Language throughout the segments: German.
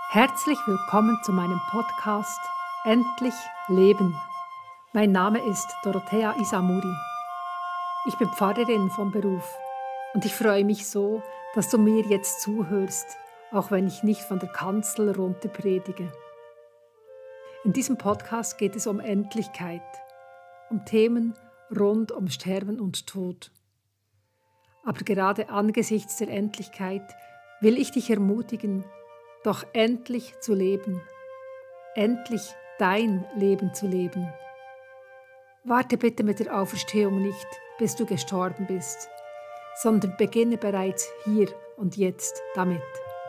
Herzlich willkommen zu meinem Podcast Endlich Leben. Mein Name ist Dorothea Isamuri. Ich bin Pfarrerin vom Beruf und ich freue mich so, dass du mir jetzt zuhörst, auch wenn ich nicht von der Kanzel runter predige. In diesem Podcast geht es um Endlichkeit, um Themen rund um Sterben und Tod. Aber gerade angesichts der Endlichkeit will ich dich ermutigen, doch endlich zu leben, endlich dein Leben zu leben. Warte bitte mit der Auferstehung nicht, bis du gestorben bist, sondern beginne bereits hier und jetzt damit.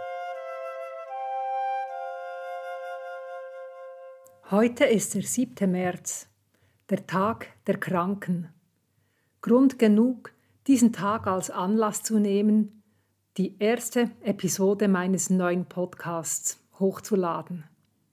Heute ist der 7. März, der Tag der Kranken. Grund genug, diesen Tag als Anlass zu nehmen, die erste Episode meines neuen Podcasts hochzuladen.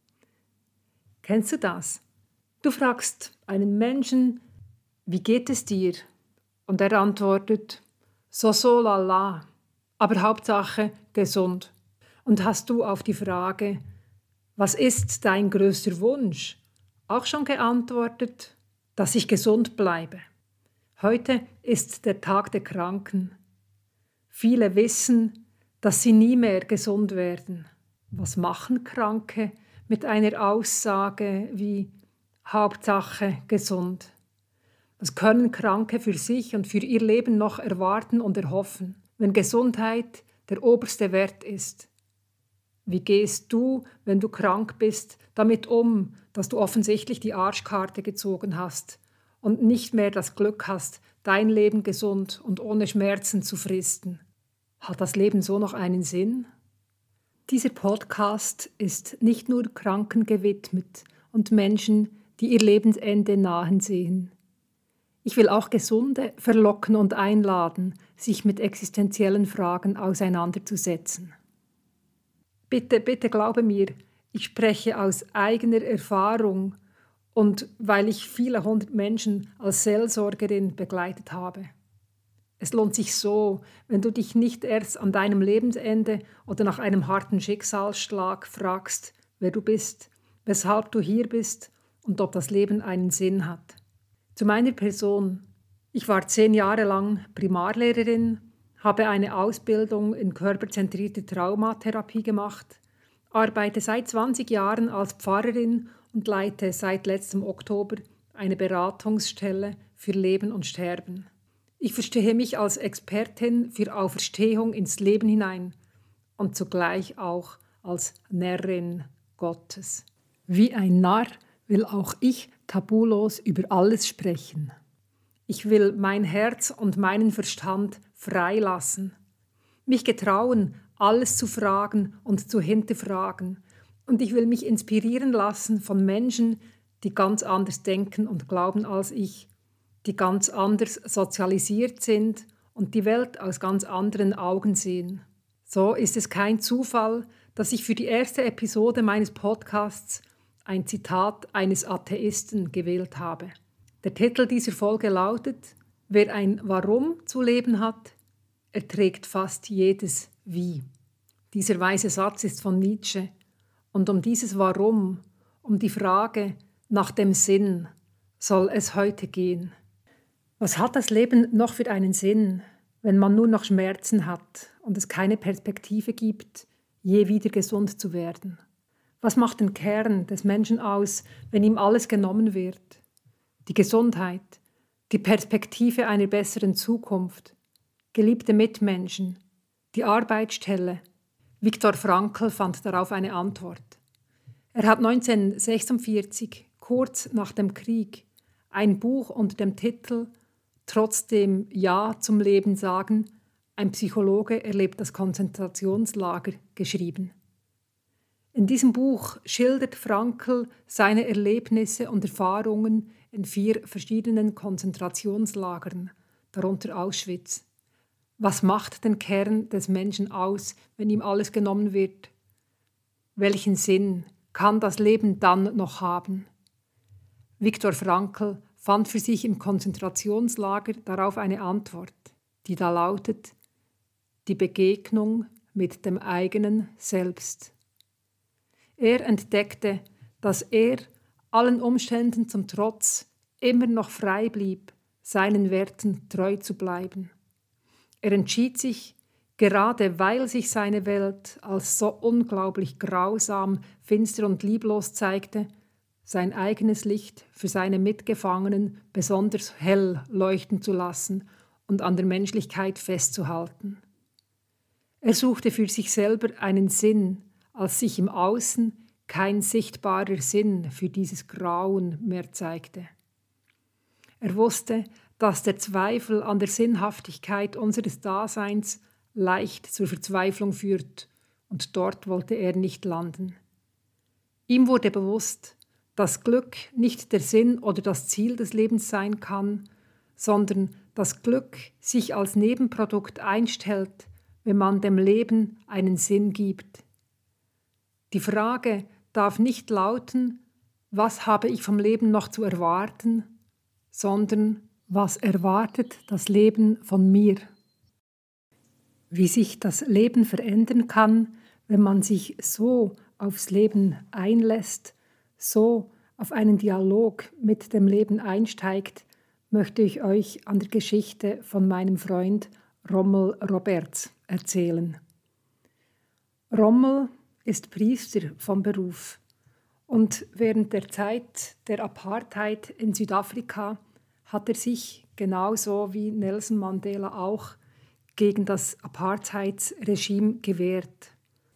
Kennst du das? Du fragst einen Menschen, wie geht es dir? Und er antwortet, so lala, aber Hauptsache gesund. Und hast du auf die Frage, was ist dein größter Wunsch, auch schon geantwortet, dass ich gesund bleibe. Heute ist der Tag der Kranken. Viele wissen, dass sie nie mehr gesund werden. Was machen Kranke mit einer Aussage wie Hauptsache gesund? Was können Kranke für sich und für ihr Leben noch erwarten und erhoffen, wenn Gesundheit der oberste Wert ist? Wie gehst du, wenn du krank bist, damit um, dass du offensichtlich die Arschkarte gezogen hast und nicht mehr das Glück hast, dein Leben gesund und ohne Schmerzen zu fristen? Hat das Leben so noch einen Sinn? Dieser Podcast ist nicht nur Kranken gewidmet und Menschen, die ihr Lebensende nahen sehen. Ich will auch Gesunde verlocken und einladen, sich mit existenziellen Fragen auseinanderzusetzen. Bitte glaube mir, ich spreche aus eigener Erfahrung und weil ich viele hundert Menschen als Seelsorgerin begleitet habe. Es lohnt sich so, wenn du dich nicht erst an deinem Lebensende oder nach einem harten Schicksalsschlag fragst, wer du bist, weshalb du hier bist und ob das Leben einen Sinn hat. Zu meiner Person. Ich war 10 Jahre lang Primarlehrerin, habe eine Ausbildung in körperzentrierter Traumatherapie gemacht, arbeite seit 20 Jahren als Pfarrerin und leite seit letztem Oktober eine Beratungsstelle für Leben und Sterben. Ich verstehe mich als Expertin für Auferstehung ins Leben hinein und zugleich auch als Närrin Gottes. Wie ein Narr will auch ich tabulos über alles sprechen. Ich will mein Herz und meinen Verstand freilassen, mich getrauen, alles zu fragen und zu hinterfragen. Und ich will mich inspirieren lassen von Menschen, die ganz anders denken und glauben als ich, die ganz anders sozialisiert sind und die Welt aus ganz anderen Augen sehen. So ist es kein Zufall, dass ich für die erste Episode meines Podcasts ein Zitat eines Atheisten gewählt habe. Der Titel dieser Folge lautet: Wer ein Warum zu leben hat, erträgt fast jedes Wie. Dieser weise Satz ist von Nietzsche und um dieses Warum, um die Frage nach dem Sinn, soll es heute gehen. Was hat das Leben noch für einen Sinn, wenn man nur noch Schmerzen hat und es keine Perspektive gibt, je wieder gesund zu werden? Was macht den Kern des Menschen aus, wenn ihm alles genommen wird? Die Gesundheit, die Perspektive einer besseren Zukunft, geliebte Mitmenschen, die Arbeitsstelle. Viktor Frankl fand darauf eine Antwort. Er hat 1946, kurz nach dem Krieg, ein Buch unter dem Titel Trotzdem Ja zum Leben sagen, ein Psychologe erlebt das Konzentrationslager geschrieben. In diesem Buch schildert Frankl seine Erlebnisse und Erfahrungen in 4 verschiedenen Konzentrationslagern, darunter Auschwitz. Was macht den Kern des Menschen aus, wenn ihm alles genommen wird? Welchen Sinn kann das Leben dann noch haben? Viktor Frankl fand für sich im Konzentrationslager darauf eine Antwort, die da lautet: die Begegnung mit dem eigenen Selbst. Er entdeckte, dass er, allen Umständen zum Trotz, immer noch frei blieb, seinen Werten treu zu bleiben. Er entschied sich, gerade weil sich seine Welt als so unglaublich grausam, finster und lieblos zeigte, sein eigenes Licht für seine Mitgefangenen besonders hell leuchten zu lassen und an der Menschlichkeit festzuhalten. Er suchte für sich selber einen Sinn, als sich im Außen kein sichtbarer Sinn für dieses Grauen mehr zeigte. Er wusste, dass der Zweifel an der Sinnhaftigkeit unseres Daseins leicht zur Verzweiflung führt, und dort wollte er nicht landen. Ihm wurde bewusst, dass Glück nicht der Sinn oder das Ziel des Lebens sein kann, sondern dass Glück sich als Nebenprodukt einstellt, wenn man dem Leben einen Sinn gibt. Die Frage darf nicht lauten, was habe ich vom Leben noch zu erwarten, sondern was erwartet das Leben von mir? Wie sich das Leben verändern kann, wenn man sich so aufs Leben einlässt, so auf einen Dialog mit dem Leben einsteigt, möchte ich euch an der Geschichte von meinem Freund Rommel Roberts erzählen. Rommel ist Priester vom Beruf und während der Zeit der Apartheid in Südafrika hat er sich, genauso wie Nelson Mandela auch, gegen das Apartheidsregime gewehrt.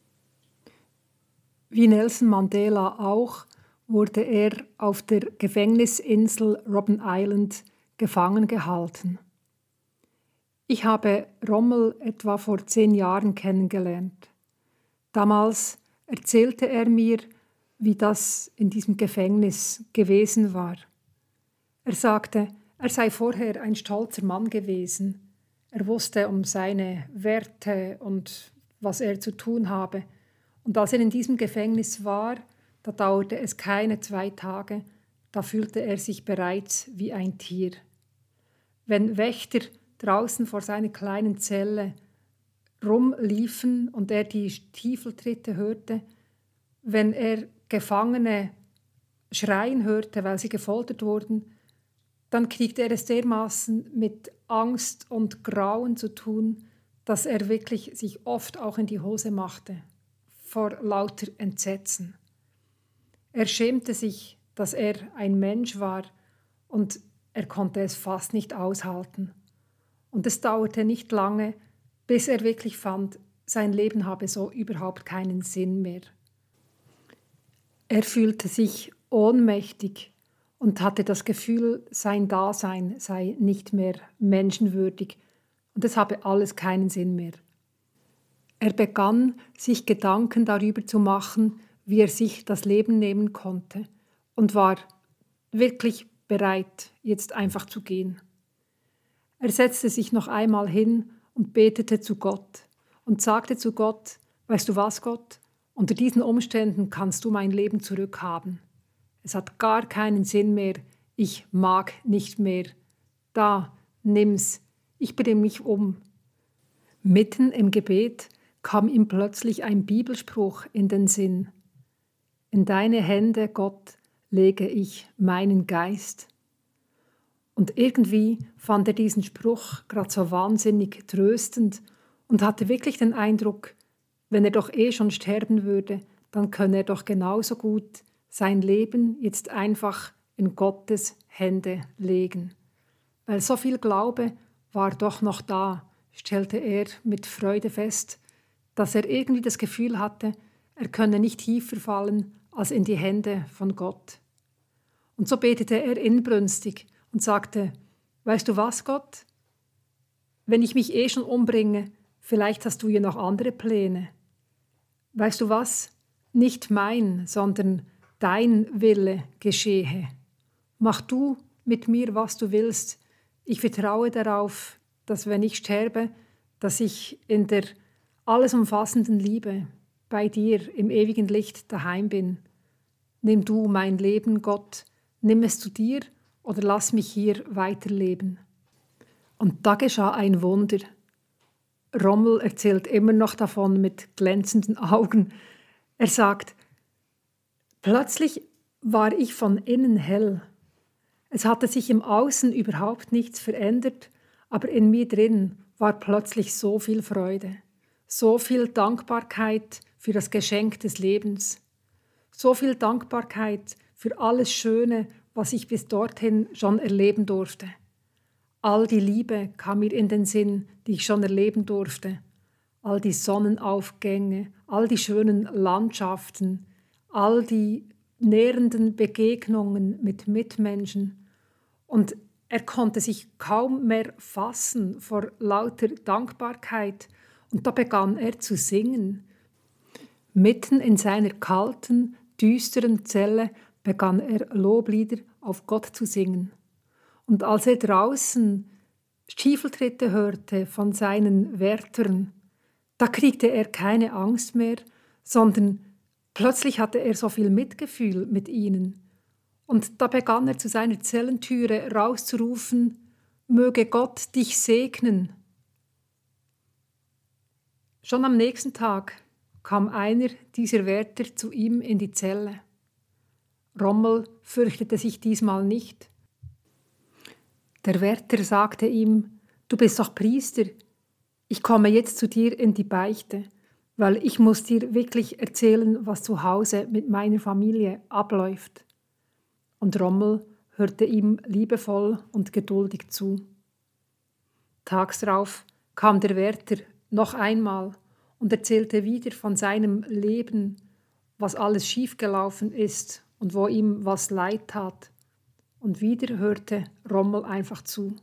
Wie Nelson Mandela auch, wurde er auf der Gefängnisinsel Robben Island gefangen gehalten. Ich habe Rommel etwa vor 10 Jahren kennengelernt. Damals erzählte er mir, wie das in diesem Gefängnis gewesen war. Er sagte, er sei vorher ein stolzer Mann gewesen. Er wusste um seine Werte und was er zu tun habe. Und als er in diesem Gefängnis war, da dauerte es keine 2 Tage, da fühlte er sich bereits wie ein Tier. Wenn Wächter draußen vor seiner kleinen Zelle rumliefen und er die Stiefeltritte hörte, wenn er Gefangene schreien hörte, weil sie gefoltert wurden, dann kriegte er es dermaßen mit Angst und Grauen zu tun, dass er wirklich sich oft auch in die Hose machte, vor lauter Entsetzen. Er schämte sich, dass er ein Mensch war und er konnte es fast nicht aushalten. Und es dauerte nicht lange, bis er wirklich fand, sein Leben habe so überhaupt keinen Sinn mehr. Er fühlte sich ohnmächtig und hatte das Gefühl, sein Dasein sei nicht mehr menschenwürdig und es habe alles keinen Sinn mehr. Er begann, sich Gedanken darüber zu machen, wie er sich das Leben nehmen konnte und war wirklich bereit, jetzt einfach zu gehen. Er setzte sich noch einmal hin und betete zu Gott und sagte zu Gott, weißt du was, Gott, unter diesen Umständen kannst du mein Leben zurückhaben. Es hat gar keinen Sinn mehr, ich mag nicht mehr. Da, nimm's, ich bringe mich um. Mitten im Gebet kam ihm plötzlich ein Bibelspruch in den Sinn. In deine Hände, Gott, lege ich meinen Geist. Und irgendwie fand er diesen Spruch gerade so wahnsinnig tröstend und hatte wirklich den Eindruck, wenn er doch schon sterben würde, dann könne er doch genauso gut sein Leben jetzt einfach in Gottes Hände legen. Weil so viel Glaube war doch noch da, stellte er mit Freude fest, dass er irgendwie das Gefühl hatte, er könne nicht tiefer fallen als in die Hände von Gott. Und so betete er inbrünstig und sagte, weißt du was, Gott? Wenn ich mich schon umbringe, vielleicht hast du ja noch andere Pläne. Weißt du was? Nicht mein, sondern dein Wille geschehe. Mach du mit mir, was du willst. Ich vertraue darauf, dass wenn ich sterbe, dass ich in der alles umfassenden Liebe bei dir im ewigen Licht daheim bin. Nimm du mein Leben, Gott, nimm es zu dir oder lass mich hier weiterleben. Und da geschah ein Wunder. Rommel erzählt immer noch davon mit glänzenden Augen. Er sagt, Plötzlich war ich von innen hell. Es hatte sich im Außen überhaupt nichts verändert, aber in mir drin war plötzlich so viel Freude, so viel Dankbarkeit für das Geschenk des Lebens, so viel Dankbarkeit für alles Schöne, was ich bis dorthin schon erleben durfte. All die Liebe kam mir in den Sinn, die ich schon erleben durfte. All die Sonnenaufgänge, all die schönen Landschaften, all die nährenden Begegnungen mit Mitmenschen. Und er konnte sich kaum mehr fassen vor lauter Dankbarkeit. Und da begann er zu singen. Mitten in seiner kalten, düsteren Zelle begann er Loblieder auf Gott zu singen. Und als er draußen Stiefeltritte hörte von seinen Wärtern, da kriegte er keine Angst mehr, sondern plötzlich hatte er so viel Mitgefühl mit ihnen. Und da begann er zu seiner Zellentüre rauszurufen, möge Gott dich segnen. Schon am nächsten Tag kam einer dieser Wärter zu ihm in die Zelle. Rommel fürchtete sich diesmal nicht. Der Wärter sagte ihm, du bist doch Priester, ich komme jetzt zu dir in die Beichte, weil ich muss dir wirklich erzählen, was zu Hause mit meiner Familie abläuft. Und Rommel hörte ihm liebevoll und geduldig zu. Tags darauf kam der Wärter noch einmal und erzählte wieder von seinem Leben, was alles schiefgelaufen ist und wo ihm was leid tat. Und wieder hörte Rommel einfach zu.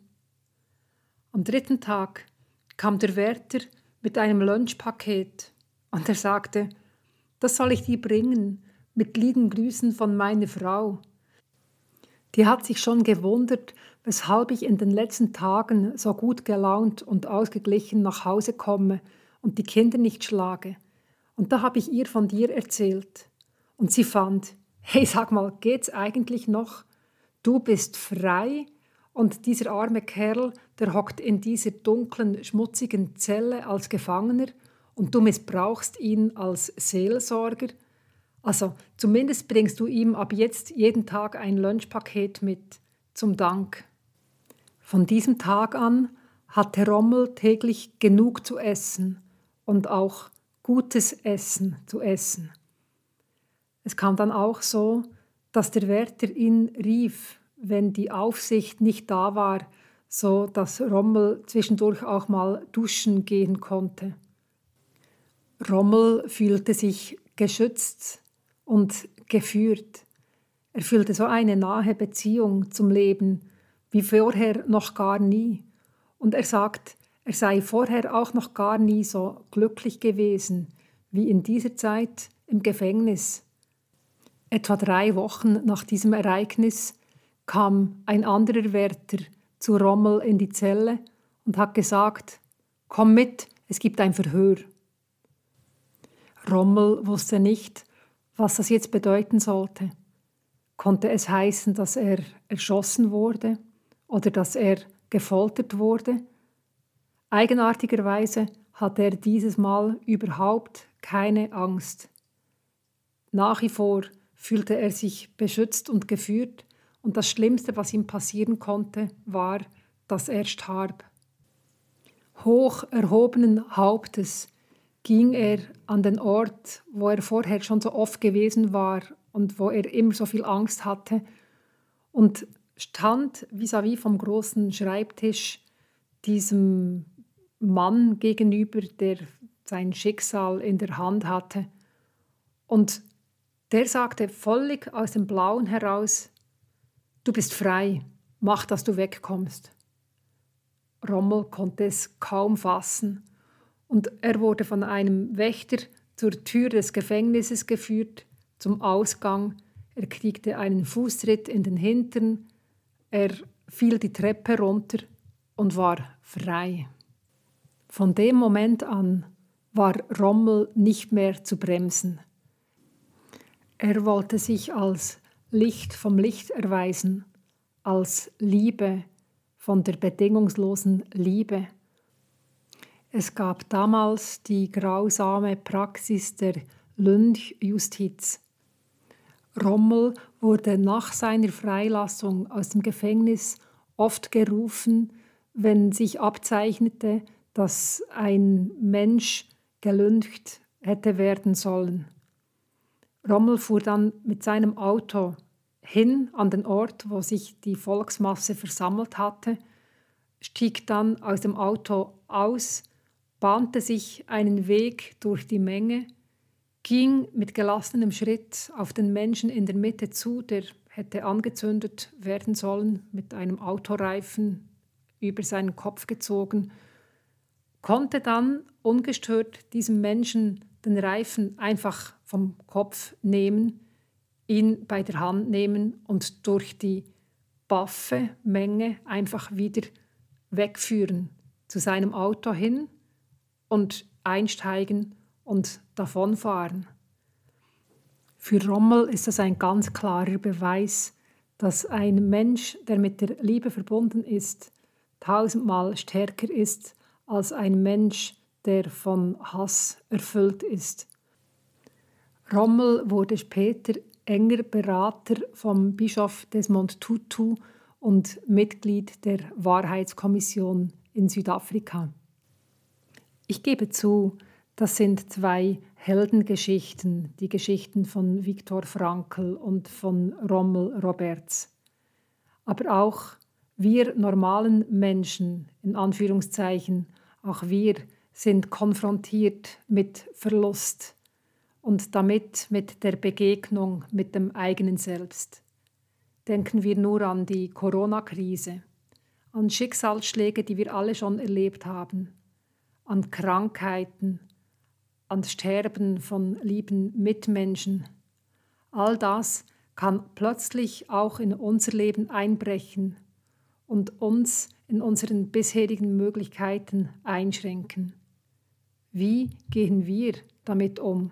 Am 3. Tag kam der Wärter mit einem Lunchpaket und er sagte, das soll ich dir bringen, mit lieben Grüßen von meiner Frau. Die hat sich schon gewundert, weshalb ich in den letzten Tagen so gut gelaunt und ausgeglichen nach Hause komme und die Kinder nicht schlage. Und da habe ich ihr von dir erzählt. Und sie fand, hey, sag mal, geht's eigentlich noch? Du bist frei und dieser arme Kerl, der hockt in dieser dunklen, schmutzigen Zelle als Gefangener und du missbrauchst ihn als Seelsorger. Also zumindest bringst du ihm ab jetzt jeden Tag ein Lunchpaket mit, zum Dank. Von diesem Tag an hatte Rommel täglich genug zu essen und auch gutes Essen zu essen. Es kam dann auch so, dass der Wärter ihn rief, wenn die Aufsicht nicht da war, so dass Rommel zwischendurch auch mal duschen gehen konnte. Rommel fühlte sich geschützt und geführt. Er fühlte so eine nahe Beziehung zum Leben, wie vorher noch gar nie. Und er sagt, er sei vorher auch noch gar nie so glücklich gewesen, wie in dieser Zeit im Gefängnis. Etwa 3 Wochen nach diesem Ereignis kam ein anderer Wärter zu Rommel in die Zelle und hat gesagt, komm mit, es gibt ein Verhör. Rommel wusste nicht, was das jetzt bedeuten sollte. Konnte es heißen, dass er erschossen wurde oder dass er gefoltert wurde? Eigenartigerweise hatte er dieses Mal überhaupt keine Angst. Nach wie vor fühlte er sich beschützt und geführt und das Schlimmste, was ihm passieren konnte, war, dass er starb. Hoch erhobenen Hauptes ging er an den Ort, wo er vorher schon so oft gewesen war und wo er immer so viel Angst hatte und stand vis-à-vis vom großen Schreibtisch diesem Mann gegenüber, der sein Schicksal in der Hand hatte. Und der sagte völlig aus dem Blauen heraus, du bist frei, mach, dass du wegkommst. Rommel konnte es kaum fassen und er wurde von einem Wächter zur Tür des Gefängnisses geführt, zum Ausgang. Er kriegte einen Fußtritt in den Hintern, er fiel die Treppe runter und war frei. Von dem Moment an war Rommel nicht mehr zu bremsen. Er wollte sich als Licht vom Licht erweisen, als Liebe von der bedingungslosen Liebe. Es gab damals die grausame Praxis der Lynchjustiz. Rommel wurde nach seiner Freilassung aus dem Gefängnis oft gerufen, wenn sich abzeichnete, dass ein Mensch gelyncht hätte werden sollen. Rommel fuhr dann mit seinem Auto hin an den Ort, wo sich die Volksmasse versammelt hatte, stieg dann aus dem Auto aus, bahnte sich einen Weg durch die Menge, ging mit gelassenem Schritt auf den Menschen in der Mitte zu, der hätte angezündet werden sollen, mit einem Autoreifen über seinen Kopf gezogen, konnte dann ungestört diesem Menschen den Reifen einfach vom Kopf nehmen, ihn bei der Hand nehmen und durch die baffe Menge einfach wieder wegführen, zu seinem Auto hin und einsteigen und davonfahren. Für Rommel ist das ein ganz klarer Beweis, dass ein Mensch, der mit der Liebe verbunden ist, 1000-mal stärker ist als ein Mensch, der von Hass erfüllt ist. Rommel wurde später enger Berater vom Bischof Desmond Tutu und Mitglied der Wahrheitskommission in Südafrika. Ich gebe zu, das sind zwei Heldengeschichten, die Geschichten von Viktor Frankl und von Rommel Roberts. Aber auch wir normalen Menschen, in Anführungszeichen, auch wir sind konfrontiert mit Verlust und damit mit der Begegnung mit dem eigenen Selbst. Denken wir nur an die Corona-Krise, an Schicksalsschläge, die wir alle schon erlebt haben, an Krankheiten, an Sterben von lieben Mitmenschen. All das kann plötzlich auch in unser Leben einbrechen und uns in unseren bisherigen Möglichkeiten einschränken. Wie gehen wir damit um?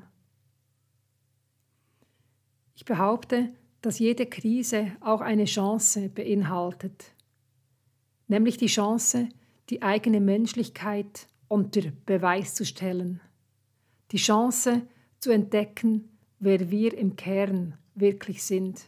Ich behaupte, dass jede Krise auch eine Chance beinhaltet, nämlich die Chance, die eigene Menschlichkeit unter Beweis zu stellen, die Chance zu entdecken, wer wir im Kern wirklich sind.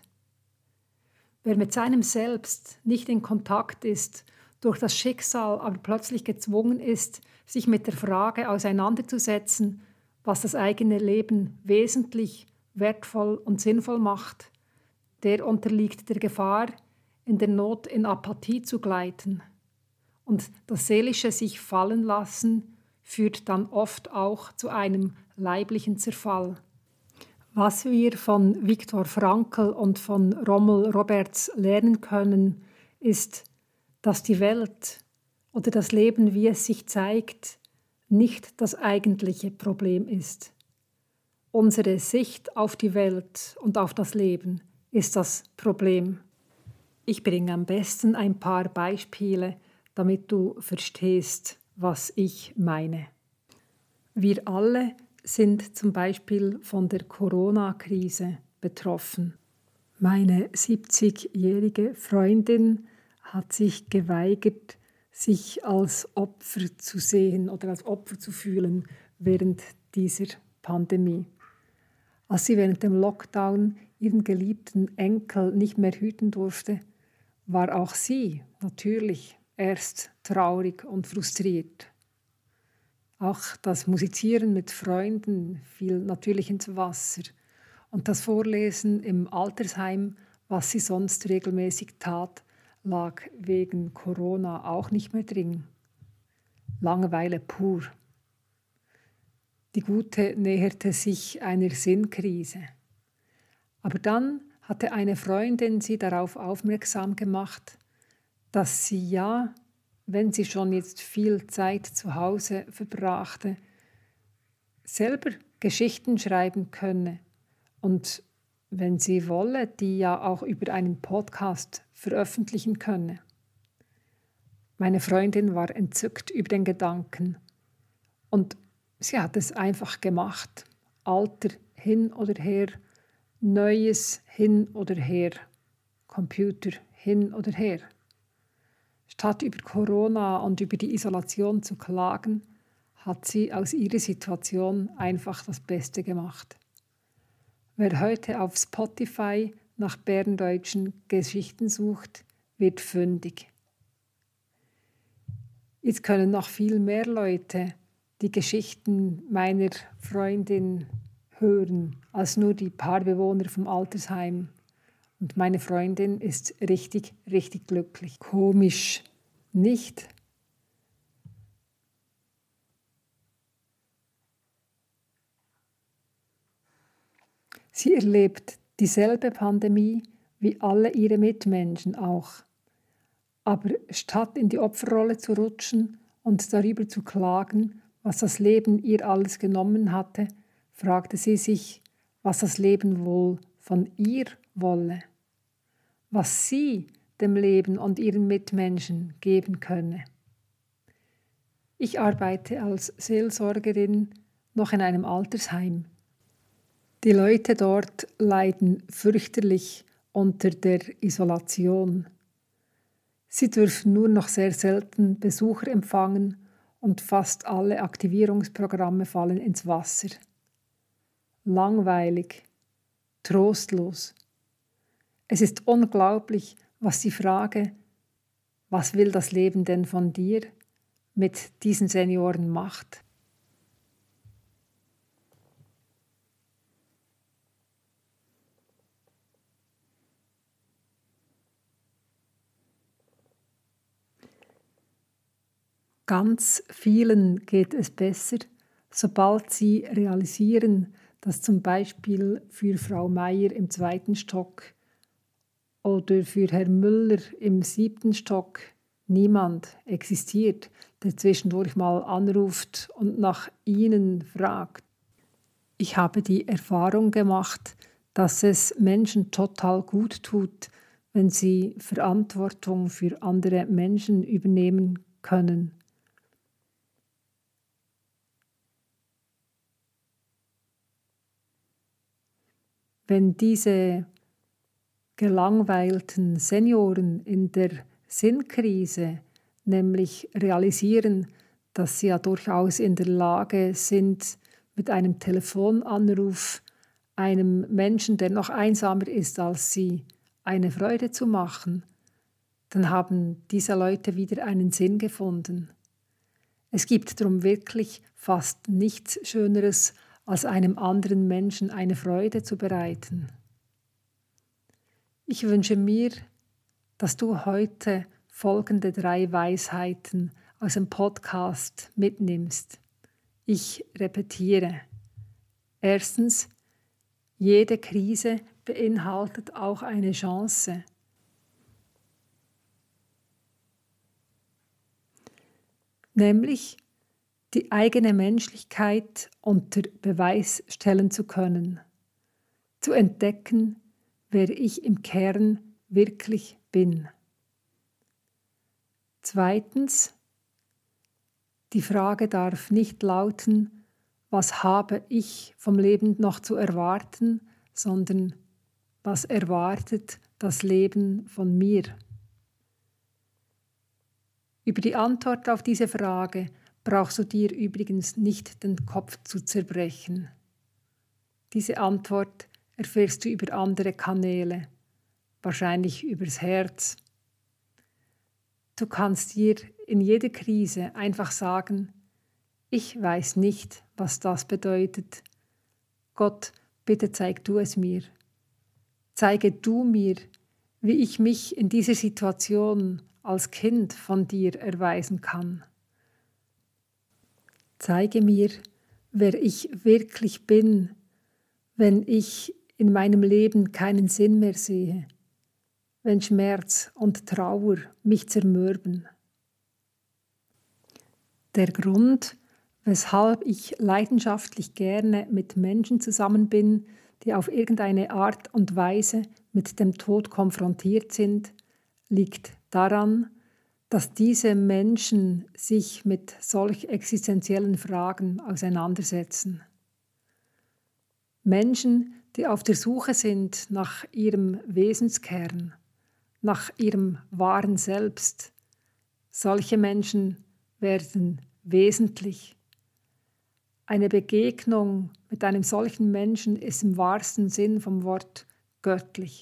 Wer mit seinem Selbst nicht in Kontakt ist, durch das Schicksal aber plötzlich gezwungen ist, sich mit der Frage auseinanderzusetzen, was das eigene Leben wesentlich, wertvoll und sinnvoll macht, der unterliegt der Gefahr, in der Not in Apathie zu gleiten. Und das seelische sich fallen lassen führt dann oft auch zu einem leiblichen Zerfall. Was wir von Viktor Frankl und von Rommel Roberts lernen können, ist, dass die Welt oder das Leben, wie es sich zeigt, nicht das eigentliche Problem ist. Unsere Sicht auf die Welt und auf das Leben ist das Problem. Ich bringe am besten ein paar Beispiele, damit du verstehst, was ich meine. Wir alle sind zum Beispiel von der Corona-Krise betroffen. Meine 70-jährige Freundin hat sich geweigert, sich als Opfer zu sehen oder als Opfer zu fühlen während dieser Pandemie. Als sie während dem Lockdown ihren geliebten Enkel nicht mehr hüten durfte, war auch sie natürlich erst traurig und frustriert. Auch das Musizieren mit Freunden fiel natürlich ins Wasser und das Vorlesen im Altersheim, was sie sonst regelmäßig tat, lag wegen Corona auch nicht mehr drin. Langeweile pur. Die Gute näherte sich einer Sinnkrise. Aber dann hatte eine Freundin sie darauf aufmerksam gemacht, dass sie ja, wenn sie schon jetzt viel Zeit zu Hause verbrachte, selber Geschichten schreiben könne und, wenn sie wolle, die ja auch über einen Podcast veröffentlichen könne. Meine Freundin war entzückt über den Gedanken und sie hat es einfach gemacht. Alter hin oder her, Neues hin oder her, Computer hin oder her. Statt über Corona und über die Isolation zu klagen, hat sie aus ihrer Situation einfach das Beste gemacht. Wer heute auf Spotify nach berndeutschen Geschichten sucht, wird fündig. Jetzt können noch viel mehr Leute die Geschichten meiner Freundin hören, als nur die paar Bewohner vom Altersheim. Und meine Freundin ist richtig, richtig glücklich. Komisch, nicht? Sie erlebt dieselbe Pandemie wie alle ihre Mitmenschen auch. Aber statt in die Opferrolle zu rutschen und darüber zu klagen, was das Leben ihr alles genommen hatte, fragte sie sich, was das Leben wohl von ihr wolle, was sie dem Leben und ihren Mitmenschen geben könne. Ich arbeite als Seelsorgerin noch in einem Altersheim. Die Leute dort leiden fürchterlich unter der Isolation. Sie dürfen nur noch sehr selten Besucher empfangen und fast alle Aktivierungsprogramme fallen ins Wasser. Langweilig, trostlos. Es ist unglaublich, was die Frage, was will das Leben denn von dir, mit diesen Senioren macht. Ganz vielen geht es besser, sobald sie realisieren, dass zum Beispiel für Frau Meier im 2. Stock oder für Herrn Müller im 7. Stock niemand existiert, der zwischendurch mal anruft und nach ihnen fragt. Ich habe die Erfahrung gemacht, dass es Menschen total gut tut, wenn sie Verantwortung für andere Menschen übernehmen können. Wenn diese gelangweilten Senioren in der Sinnkrise nämlich realisieren, dass sie ja durchaus in der Lage sind, mit einem Telefonanruf einem Menschen, der noch einsamer ist als sie, eine Freude zu machen, dann haben diese Leute wieder einen Sinn gefunden. Es gibt darum wirklich fast nichts Schöneres, als einem anderen Menschen eine Freude zu bereiten. Ich wünsche mir, dass du heute folgende 3 Weisheiten aus dem Podcast mitnimmst. Ich repetiere. Erstens, jede Krise beinhaltet auch eine Chance. Nämlich die eigene Menschlichkeit unter Beweis stellen zu können, zu entdecken, wer ich im Kern wirklich bin. Zweitens, die Frage darf nicht lauten, was habe ich vom Leben noch zu erwarten, sondern was erwartet das Leben von mir? Über die Antwort auf diese Frage brauchst du dir übrigens nicht den Kopf zu zerbrechen. Diese Antwort erfährst du über andere Kanäle, wahrscheinlich übers Herz. Du kannst dir in jeder Krise einfach sagen, ich weiß nicht, was das bedeutet. Gott, bitte zeig du es mir. Zeige du mir, wie ich mich in dieser Situation als Kind von dir erweisen kann. Zeige mir, wer ich wirklich bin, wenn ich in meinem Leben keinen Sinn mehr sehe, wenn Schmerz und Trauer mich zermürben. Der Grund, weshalb ich leidenschaftlich gerne mit Menschen zusammen bin, die auf irgendeine Art und Weise mit dem Tod konfrontiert sind, liegt daran, dass diese Menschen sich mit solch existenziellen Fragen auseinandersetzen. Menschen, die auf der Suche sind nach ihrem Wesenskern, nach ihrem wahren Selbst. Solche Menschen werden wesentlich. Eine Begegnung mit einem solchen Menschen ist im wahrsten Sinn vom Wort göttlich.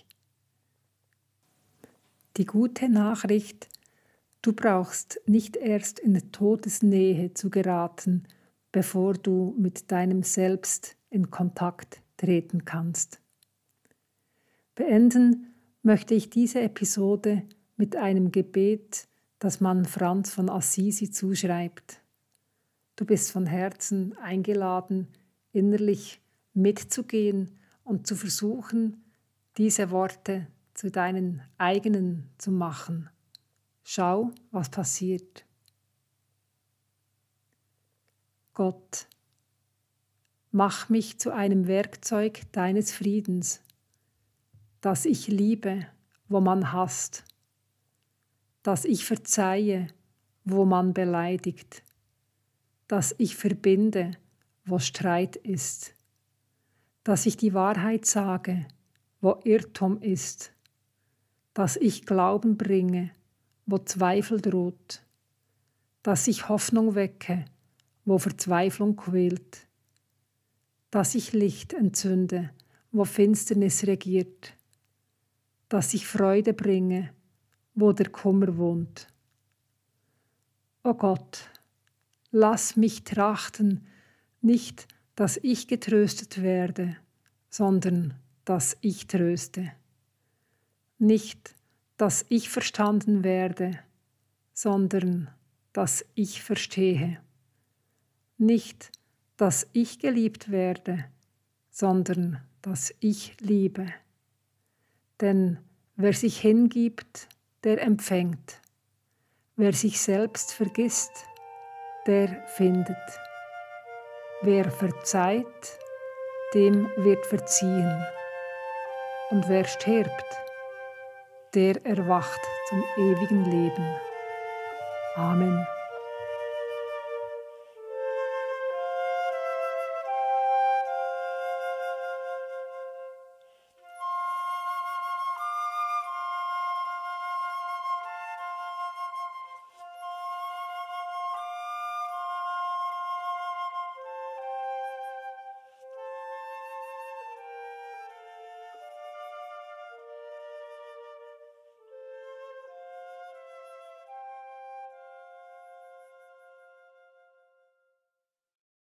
Die gute Nachricht: Du brauchst nicht erst in Todesnähe zu geraten, bevor du mit deinem Selbst in Kontakt treten kannst. Beenden möchte ich diese Episode mit einem Gebet, das man Franz von Assisi zuschreibt. Du bist von Herzen eingeladen, innerlich mitzugehen und zu versuchen, diese Worte zu deinen eigenen zu machen. Schau, was passiert. Gott, mach mich zu einem Werkzeug deines Friedens, dass ich liebe, wo man hasst, dass ich verzeihe, wo man beleidigt, dass ich verbinde, wo Streit ist, dass ich die Wahrheit sage, wo Irrtum ist, dass ich Glauben bringe, wo Zweifel droht, dass ich Hoffnung wecke, wo Verzweiflung quält, dass ich Licht entzünde, wo Finsternis regiert, dass ich Freude bringe, wo der Kummer wohnt. O Gott, lass mich trachten, nicht, dass ich getröstet werde, sondern dass ich tröste. Nicht, dass ich verstanden werde, sondern dass ich verstehe. Nicht, dass ich geliebt werde, sondern dass ich liebe. Denn wer sich hingibt, der empfängt. Wer sich selbst vergisst, der findet. Wer verzeiht, dem wird verziehen. Und wer stirbt, der erwacht zum ewigen Leben. Amen.